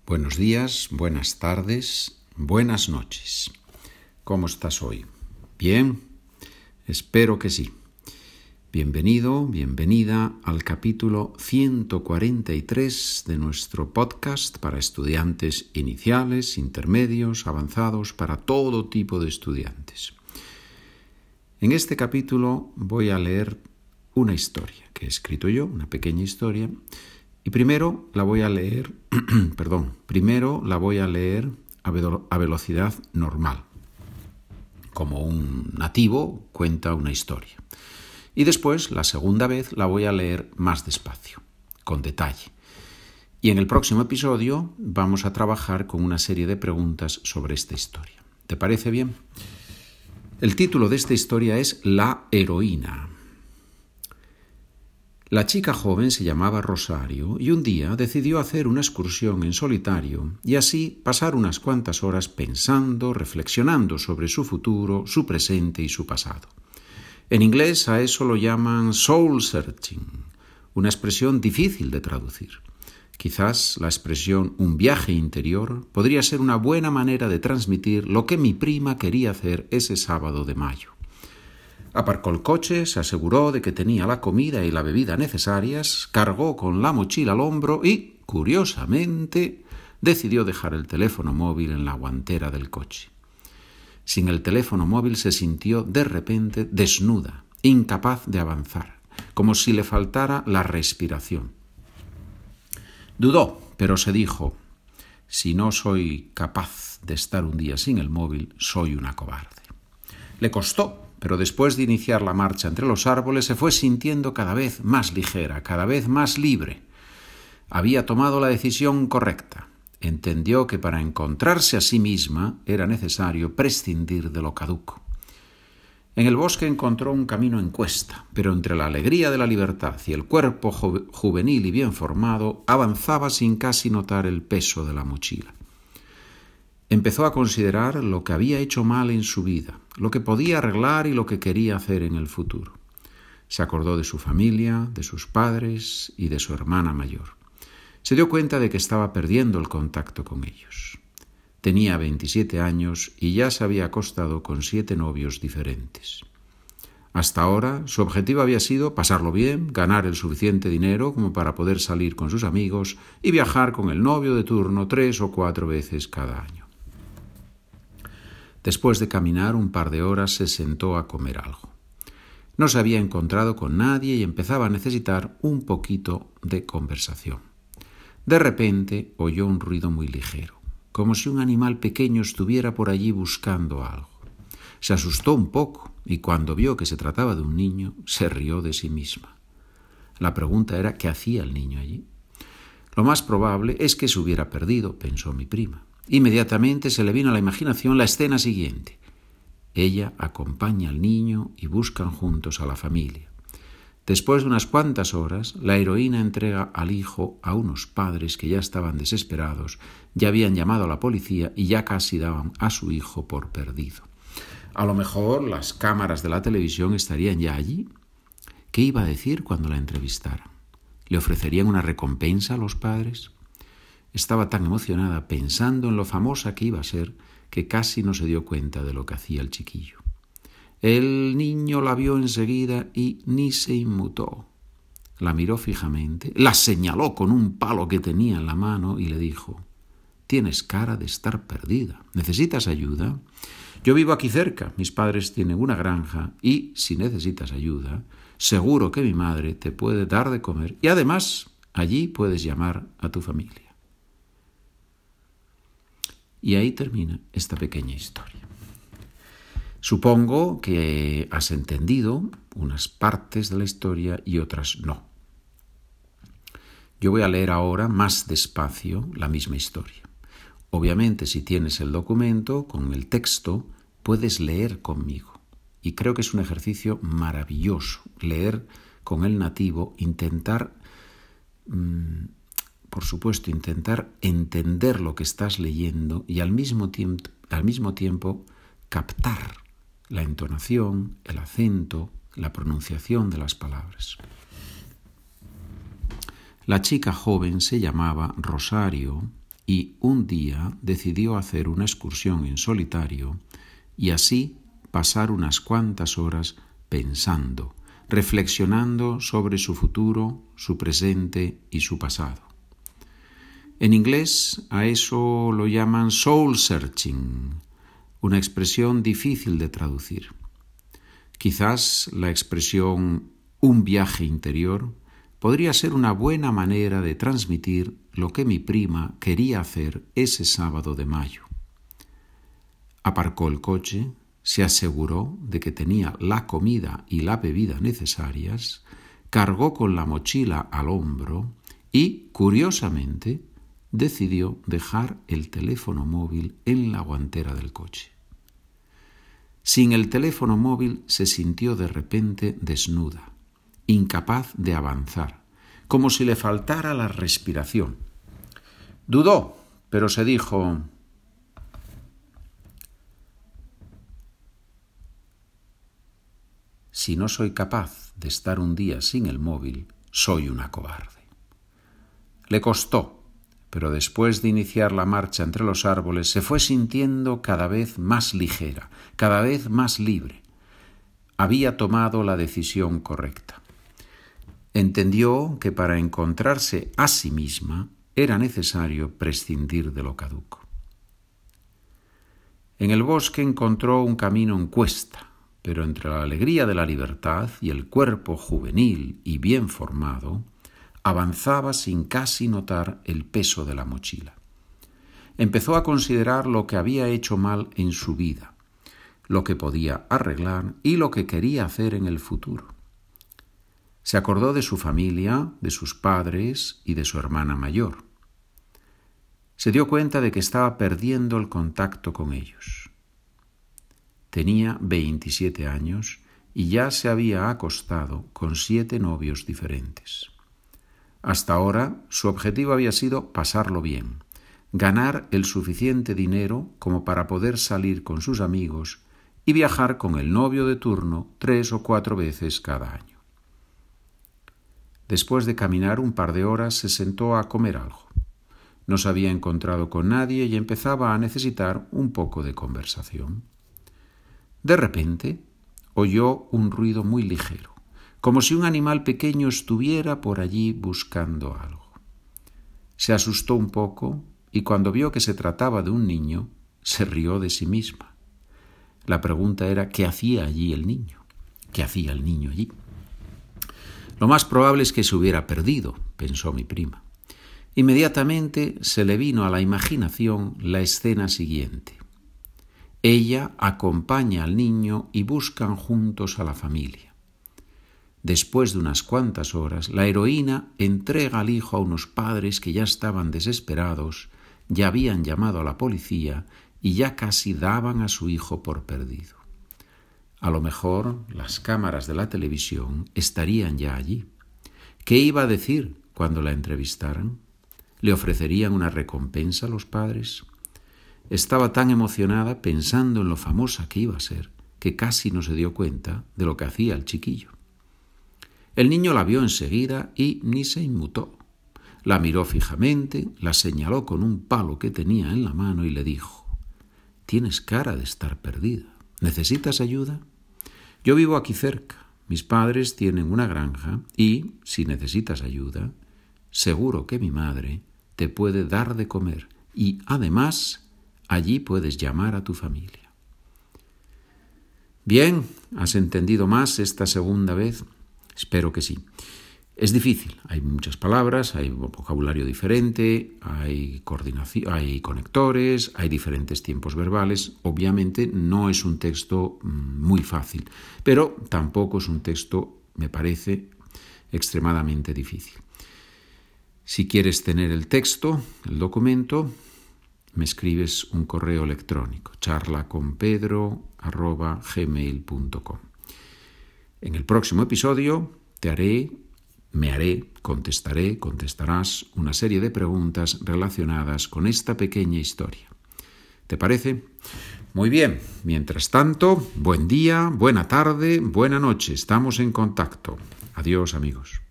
Buenos días, buenas tardes, buenas noches. ¿Cómo estás hoy? ¿Bien? Espero que sí. Bienvenido, bienvenida al capítulo 143 de nuestro podcast para estudiantes iniciales, intermedios, avanzados, para todo tipo de estudiantes. En este capítulo voy a leer una historia que he escrito yo, una pequeña historia, y primero la voy a leer, a velocidad normal, como un nativo cuenta una historia. Y después, la segunda vez, la voy a leer más despacio, con detalle. Y en el próximo episodio vamos a trabajar con una serie de preguntas sobre esta historia. ¿Te parece bien? El título de esta historia es La heroína. La chica joven se llamaba Rosario y un día decidió hacer una excursión en solitario y así pasar unas cuantas horas pensando, reflexionando sobre su futuro, su presente y su pasado. En inglés a eso lo llaman soul searching, una expresión difícil de traducir. Quizás la expresión un viaje interior podría ser una buena manera de transmitir lo que mi prima quería hacer ese sábado de mayo. Aparcó el coche, se aseguró de que tenía la comida y la bebida necesarias, cargó con la mochila al hombro y, curiosamente, decidió dejar el teléfono móvil en la guantera del coche. Sin el teléfono móvil se sintió de repente desnuda, incapaz de avanzar, como si le faltara la respiración. Dudó, pero se dijo: si no soy capaz de estar un día sin el móvil, soy una cobarde. Le costó, pero después de iniciar la marcha entre los árboles se fue sintiendo cada vez más ligera, cada vez más libre. Había tomado la decisión correcta. Entendió que para encontrarse a sí misma era necesario prescindir de lo caduco. En el bosque encontró un camino en cuesta, pero entre la alegría de la libertad y el cuerpo juvenil y bien formado, avanzaba sin casi notar el peso de la mochila. Empezó a considerar lo que había hecho mal en su vida, lo que podía arreglar y lo que quería hacer en el futuro. Se acordó de su familia, de sus padres y de su hermana mayor. Se dio cuenta de que estaba perdiendo el contacto con ellos. Tenía 27 años y ya se había acostado con 7 novios diferentes. Hasta ahora, su objetivo había sido pasarlo bien, ganar el suficiente dinero como para poder salir con sus amigos y viajar con el novio de turno 3 o 4 veces cada año. Después de caminar un par de horas se sentó a comer algo. No se había encontrado con nadie y empezaba a necesitar un poquito de conversación. De repente oyó un ruido muy ligero, como si un animal pequeño estuviera por allí buscando algo. Se asustó un poco y cuando vio que se trataba de un niño, se rió de sí misma. La pregunta era ¿qué hacía el niño allí? Lo más probable es que se hubiera perdido, pensó mi prima. Inmediatamente se le vino a la imaginación la escena siguiente. Ella acompaña al niño y buscan juntos a la familia. Después de unas cuantas horas, la heroína entrega al hijo a unos padres que ya estaban desesperados, ya habían llamado a la policía y ya casi daban a su hijo por perdido. A lo mejor las cámaras de la televisión estarían ya allí. ¿Qué iba a decir cuando la entrevistaran? ¿Le ofrecerían una recompensa a los padres? Estaba tan emocionada pensando en lo famosa que iba a ser que casi no se dio cuenta de lo que hacía el chiquillo. El niño la vio enseguida y ni se inmutó. La miró fijamente, la señaló con un palo que tenía en la mano y le dijo: «Tienes cara de estar perdida. ¿Necesitas ayuda? Yo vivo aquí cerca, mis padres tienen una granja y, si necesitas ayuda, seguro que mi madre te puede dar de comer y además allí puedes llamar a tu familia». Y ahí termina esta pequeña historia. Supongo que has entendido unas partes de la historia y otras no. Yo voy a leer ahora más despacio la misma historia. Obviamente, si tienes el documento con el texto, puedes leer conmigo. Y creo que es un ejercicio maravilloso, leer con el nativo, intentar entender lo que estás leyendo y al mismo tiempo captar la entonación, el acento, la pronunciación de las palabras. La chica joven se llamaba Rosario y un día decidió hacer una excursión en solitario y así pasar unas cuantas horas pensando, reflexionando sobre su futuro, su presente y su pasado. En inglés a eso lo llaman soul searching, una expresión difícil de traducir. Quizás la expresión un viaje interior podría ser una buena manera de transmitir lo que mi prima quería hacer ese sábado de mayo. Aparcó el coche, se aseguró de que tenía la comida y la bebida necesarias, cargó con la mochila al hombro y, curiosamente, decidió dejar el teléfono móvil en la guantera del coche. Sin el teléfono móvil se sintió de repente desnuda, incapaz de avanzar, como si le faltara la respiración. Dudó, pero se dijo: si no soy capaz de estar un día sin el móvil, soy una cobarde. Le costó, pero después de iniciar la marcha entre los árboles se fue sintiendo cada vez más ligera, cada vez más libre. Había tomado la decisión correcta. Entendió que para encontrarse a sí misma era necesario prescindir de lo caduco. En el bosque encontró un camino en cuesta, pero entre la alegría de la libertad y el cuerpo juvenil y bien formado, avanzaba sin casi notar el peso de la mochila. Empezó a considerar lo que había hecho mal en su vida, lo que podía arreglar y lo que quería hacer en el futuro. Se acordó de su familia, de sus padres y de su hermana mayor. Se dio cuenta de que estaba perdiendo el contacto con ellos. Tenía 27 años y ya se había acostado con 7 novios diferentes. Hasta ahora su objetivo había sido pasarlo bien, ganar el suficiente dinero como para poder salir con sus amigos y viajar con el novio de turno 3 o 4 veces cada año. Después de caminar un par de horas se sentó a comer algo. No se había encontrado con nadie y empezaba a necesitar un poco de conversación. De repente oyó un ruido muy ligero, como si un animal pequeño estuviera por allí buscando algo. Se asustó un poco y cuando vio que se trataba de un niño, se rió de sí misma. La pregunta era: ¿qué hacía allí el niño? ¿Qué hacía el niño allí? Lo más probable es que se hubiera perdido, pensó mi prima. Inmediatamente se le vino a la imaginación la escena siguiente. Ella acompaña al niño y buscan juntos a la familia. Después de unas cuantas horas, la heroína entrega al hijo a unos padres que ya estaban desesperados, ya habían llamado a la policía y ya casi daban a su hijo por perdido. A lo mejor las cámaras de la televisión estarían ya allí. ¿Qué iba a decir cuando la entrevistaran? ¿Le ofrecerían una recompensa a los padres? Estaba tan emocionada pensando en lo famosa que iba a ser, que casi no se dio cuenta de lo que hacía el chiquillo. El niño la vio enseguida y ni se inmutó. La miró fijamente, la señaló con un palo que tenía en la mano y le dijo: «Tienes cara de estar perdida. ¿Necesitas ayuda? Yo vivo aquí cerca. Mis padres tienen una granja y, si necesitas ayuda, seguro que mi madre te puede dar de comer y, además, allí puedes llamar a tu familia». Bien, ¿has entendido más esta segunda vez? Espero que sí. Es difícil, hay muchas palabras, hay vocabulario diferente, hay coordinación, hay conectores, hay diferentes tiempos verbales. Obviamente no es un texto muy fácil, pero tampoco es un texto, me parece, extremadamente difícil. Si quieres tener el texto, el documento, me escribes un correo electrónico, charlaconpedro@gmail.com. En el próximo episodio contestarás una serie de preguntas relacionadas con esta pequeña historia. ¿Te parece? Muy bien. Mientras tanto, buen día, buena tarde, buena noche. Estamos en contacto. Adiós, amigos.